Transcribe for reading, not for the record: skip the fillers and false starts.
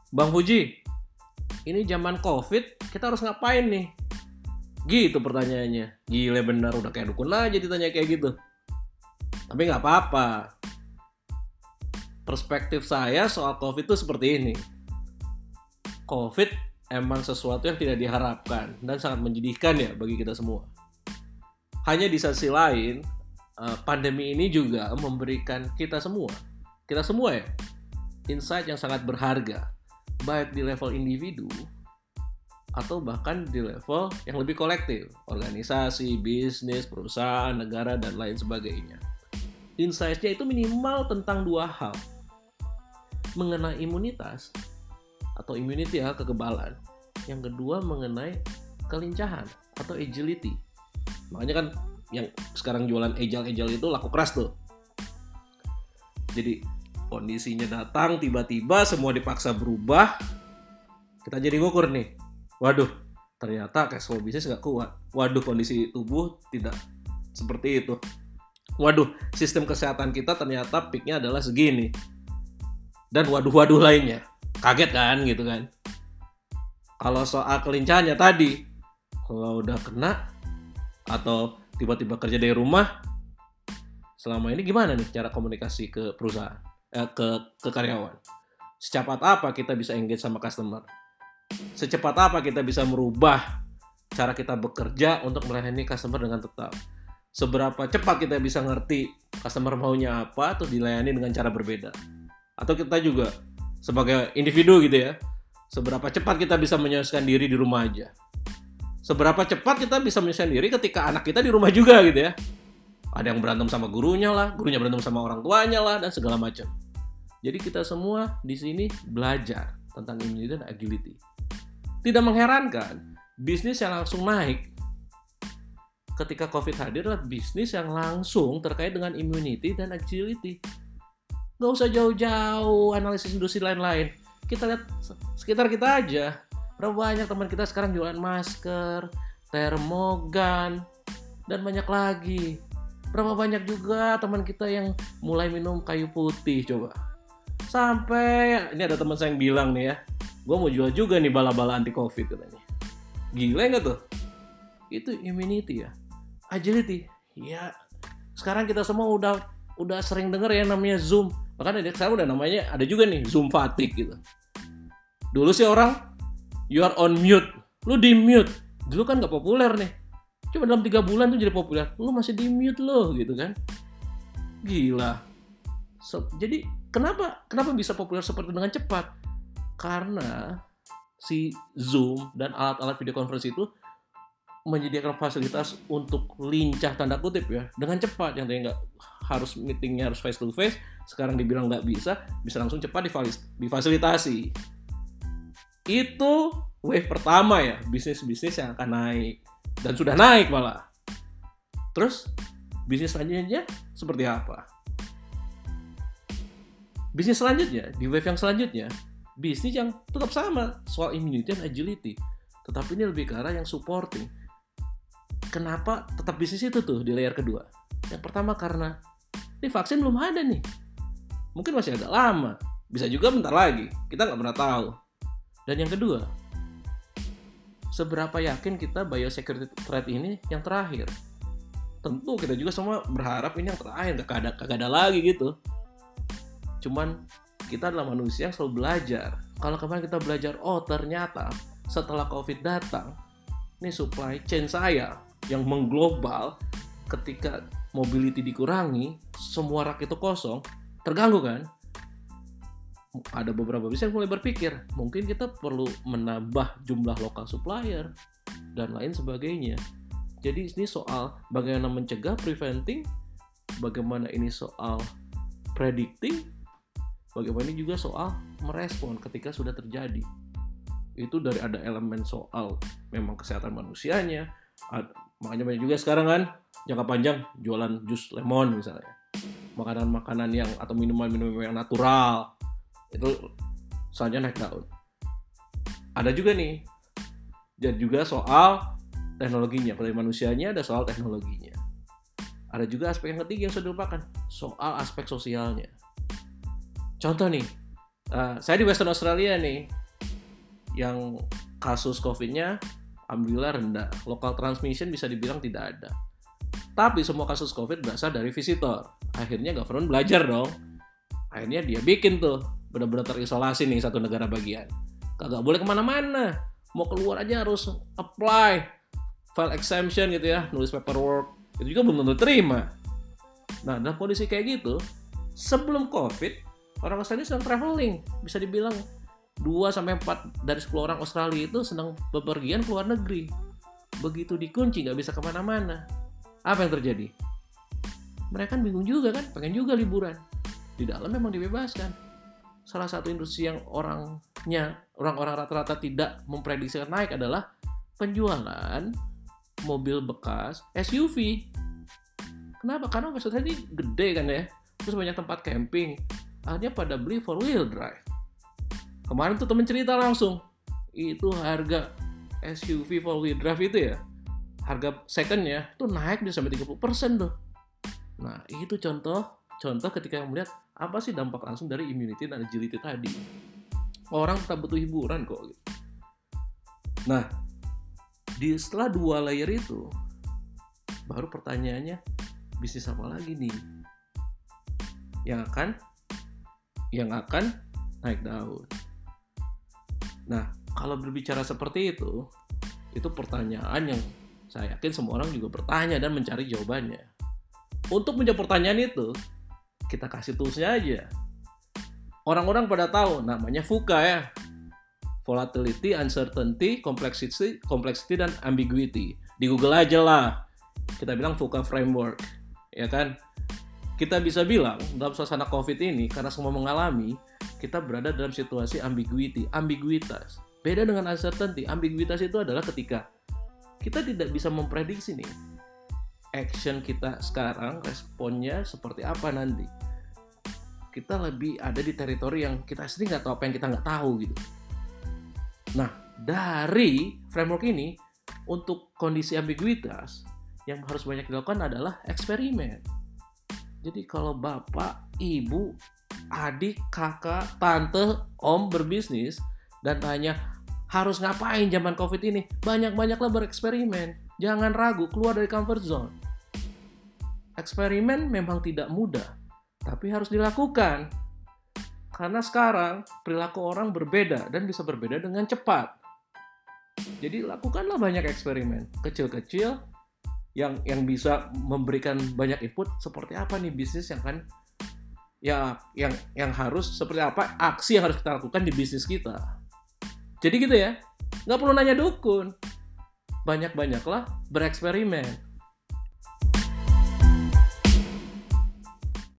Bang Fuji, ini zaman COVID, kita harus ngapain nih? Gitu pertanyaannya. Gile bener, udah kayak dukun aja ditanya kayak gitu. Tapi nggak apa-apa. Perspektif saya soal COVID itu seperti ini. COVID emang sesuatu yang tidak diharapkan dan sangat menyedihkan ya bagi kita semua. Hanya di sisi lain, pandemi ini juga memberikan kita semua ya, insight yang sangat berharga, baik di level individu atau bahkan di level yang lebih kolektif, organisasi, bisnis, perusahaan, negara, dan lain sebagainya. Insight-nya itu minimal tentang dua hal, mengenai imunitas atau immunity ya, kekebalan. Yang kedua mengenai kelincahan atau agility. Makanya kan yang sekarang jualan agile itu laku keras tuh. Jadi kondisinya datang tiba-tiba semua dipaksa berubah. Kita jadi ngukur nih. Waduh, ternyata cash flow bisnis gak kuat. Waduh, kondisi tubuh tidak seperti itu. Waduh, sistem kesehatan kita ternyata peaknya adalah segini. Dan waduh-waduh lainnya. Kaget kan gitu kan. Kalau soal kelincahannya tadi, kalau udah kena atau tiba-tiba kerja dari rumah, selama ini gimana nih cara komunikasi ke perusahaan, ke karyawan? Secepat apa kita bisa engage sama customer? Secepat apa kita bisa merubah cara kita bekerja untuk melayani customer dengan tetap? Seberapa cepat kita bisa ngerti customer maunya apa atau dilayani dengan cara berbeda? Atau kita juga sebagai individu gitu ya, seberapa cepat kita bisa menyesuaikan diri di rumah aja? Seberapa cepat kita bisa menyesuaikan diri ketika anak kita di rumah juga gitu ya? Ada yang berantem sama gurunya lah, gurunya berantem sama orang tuanya lah, dan segala macam. Jadi kita semua di sini belajar tentang immunity dan agility. Tidak mengherankan, bisnis yang langsung naik ketika COVID hadir adalah bisnis yang langsung terkait dengan immunity dan agility. Nggak usah jauh-jauh analisis industri lain-lain. Kita lihat sekitar kita aja. Berapa banyak teman kita sekarang jualan masker, termogan, dan banyak lagi. Berapa banyak juga teman kita yang mulai minum kayu putih, coba. Sampai, ini ada teman saya yang bilang nih ya, gue mau jual juga nih bala-bala anti covid katanya. Gila nggak tuh? Itu immunity ya. Agility, ya. Sekarang kita semua udah sering denger ya namanya Zoom. Bahkan sekarang udah namanya, ada juga nih Zoom fatigue gitu. Dulu sih orang, you are on mute, lu di mute. Dulu kan nggak populer nih. Cuma dalam 3 bulan tuh jadi populer. Lu masih di mute lo gitu kan. Gila. Jadi kenapa bisa populer seperti dengan cepat? Karena si Zoom dan alat-alat video conference itu menyediakan fasilitas untuk lincah tanda kutip ya, dengan cepat. Yang tadinya nggak harus meetingnya harus face to face, sekarang dibilang nggak bisa langsung cepat difasilitasi. Itu wave pertama ya, bisnis-bisnis yang akan naik. Dan sudah naik malah. Terus bisnis selanjutnya seperti apa? Bisnis selanjutnya, di wave yang selanjutnya, bisnis yang tetap sama soal immunity dan agility. Tetapi ini lebih ke arah yang supporting. Kenapa tetap bisnis itu tuh di layer kedua? Yang pertama karena ini vaksin belum ada nih. Mungkin masih agak lama. Bisa juga bentar lagi. Kita nggak pernah tahu. Dan yang kedua, seberapa yakin kita biosecurity threat ini yang terakhir? Tentu kita juga semua berharap ini yang terakhir, kagak ada lagi gitu. Cuman kita adalah manusia yang selalu belajar. Kalau kemarin kita belajar, oh ternyata setelah COVID datang, ini supply chain saya yang mengglobal, ketika mobility dikurangi, semua rak itu kosong, terganggu kan? Ada beberapa bisnis yang mulai berpikir, mungkin kita perlu menambah jumlah lokal supplier dan lain sebagainya. Jadi ini soal bagaimana mencegah, preventing, bagaimana ini soal predicting, bagaimana ini juga soal merespon ketika sudah terjadi. Itu dari ada elemen soal memang kesehatan manusianya, makanya banyak juga sekarang kan jangka panjang jualan jus lemon misalnya, makanan-makanan yang atau minuman-minuman yang natural. Itu soalnya naik daun. Ada juga nih, dan juga soal teknologinya. Kalau dari manusianya ada soal teknologinya. Ada juga aspek yang ketiga yang sudah dilupakan, soal aspek sosialnya. Contoh nih, saya di Western Australia nih, yang kasus COVID-nya alhamdulillah rendah. Local transmission bisa dibilang tidak ada. Tapi semua kasus COVID berasal dari visitor. Akhirnya government belajar dong. Akhirnya dia bikin tuh benar-benar terisolasi nih satu negara bagian. Kagak boleh kemana-mana. Mau keluar aja harus apply file exemption gitu ya, nulis paperwork. Itu juga belum tentu terima. Nah, dalam kondisi kayak gitu, sebelum COVID, orang Australia sedang traveling. Bisa dibilang 2-4 dari 10 orang Australia itu sedang bepergian ke luar negeri. Begitu dikunci, nggak bisa kemana-mana. Apa yang terjadi? Mereka kan bingung juga kan, pengen juga liburan. Di dalam memang dibebaskan. Salah satu industri yang orang-orang rata-rata tidak memprediksi naik adalah penjualan mobil bekas SUV. Kenapa? Karena maksudnya ini gede kan ya, terus banyak tempat camping. Akhirnya pada beli 4-wheel drive. Kemarin tuh temen cerita langsung, itu harga SUV 4-wheel drive itu ya, harga secondnya tuh naik bisa sampai 30% tuh. Nah itu contoh ketika yang melihat apa sih dampak langsung dari immunity dan agility tadi. Orang tetap butuh hiburan kok. Nah, setelah 2 layer itu, baru pertanyaannya, bisnis apa lagi nih yang akan naik daun? Nah, kalau berbicara seperti itu pertanyaan yang saya yakin semua orang juga bertanya dan mencari jawabannya. Untuk menjawab pertanyaan itu, kita kasih toolsnya aja. Orang-orang pada tahu namanya VUCA ya. Volatility, Uncertainty, Complexity, dan Ambiguity. Di Google aja lah. Kita bilang VUCA Framework. Ya kan? Kita bisa bilang dalam suasana COVID ini, karena semua mengalami, kita berada dalam situasi ambiguitas. Beda dengan uncertainty. Ambiguitas itu adalah ketika kita tidak bisa memprediksi nih. Action kita sekarang, responnya seperti apa nanti. Kita lebih ada di teritori yang kita sendiri nggak tahu apa yang kita nggak tahu gitu. Nah, dari framework ini, untuk kondisi ambiguitas, yang harus banyak dilakukan adalah eksperimen. Jadi kalau bapak, ibu, adik, kakak, tante, om berbisnis, dan tanya, harus ngapain zaman COVID ini? Banyak-banyaklah bereksperimen. Jangan ragu, keluar dari comfort zone. Eksperimen memang tidak mudah, tapi harus dilakukan. Karena sekarang perilaku orang berbeda dan bisa berbeda dengan cepat. Jadi lakukanlah banyak eksperimen kecil-kecil yang bisa memberikan banyak input. Seperti apa nih bisnis yang kan yang harus seperti apa aksi yang harus kita lakukan di bisnis kita. Jadi gitu ya, nggak perlu nanya dukun. Banyak-banyaklah bereksperimen.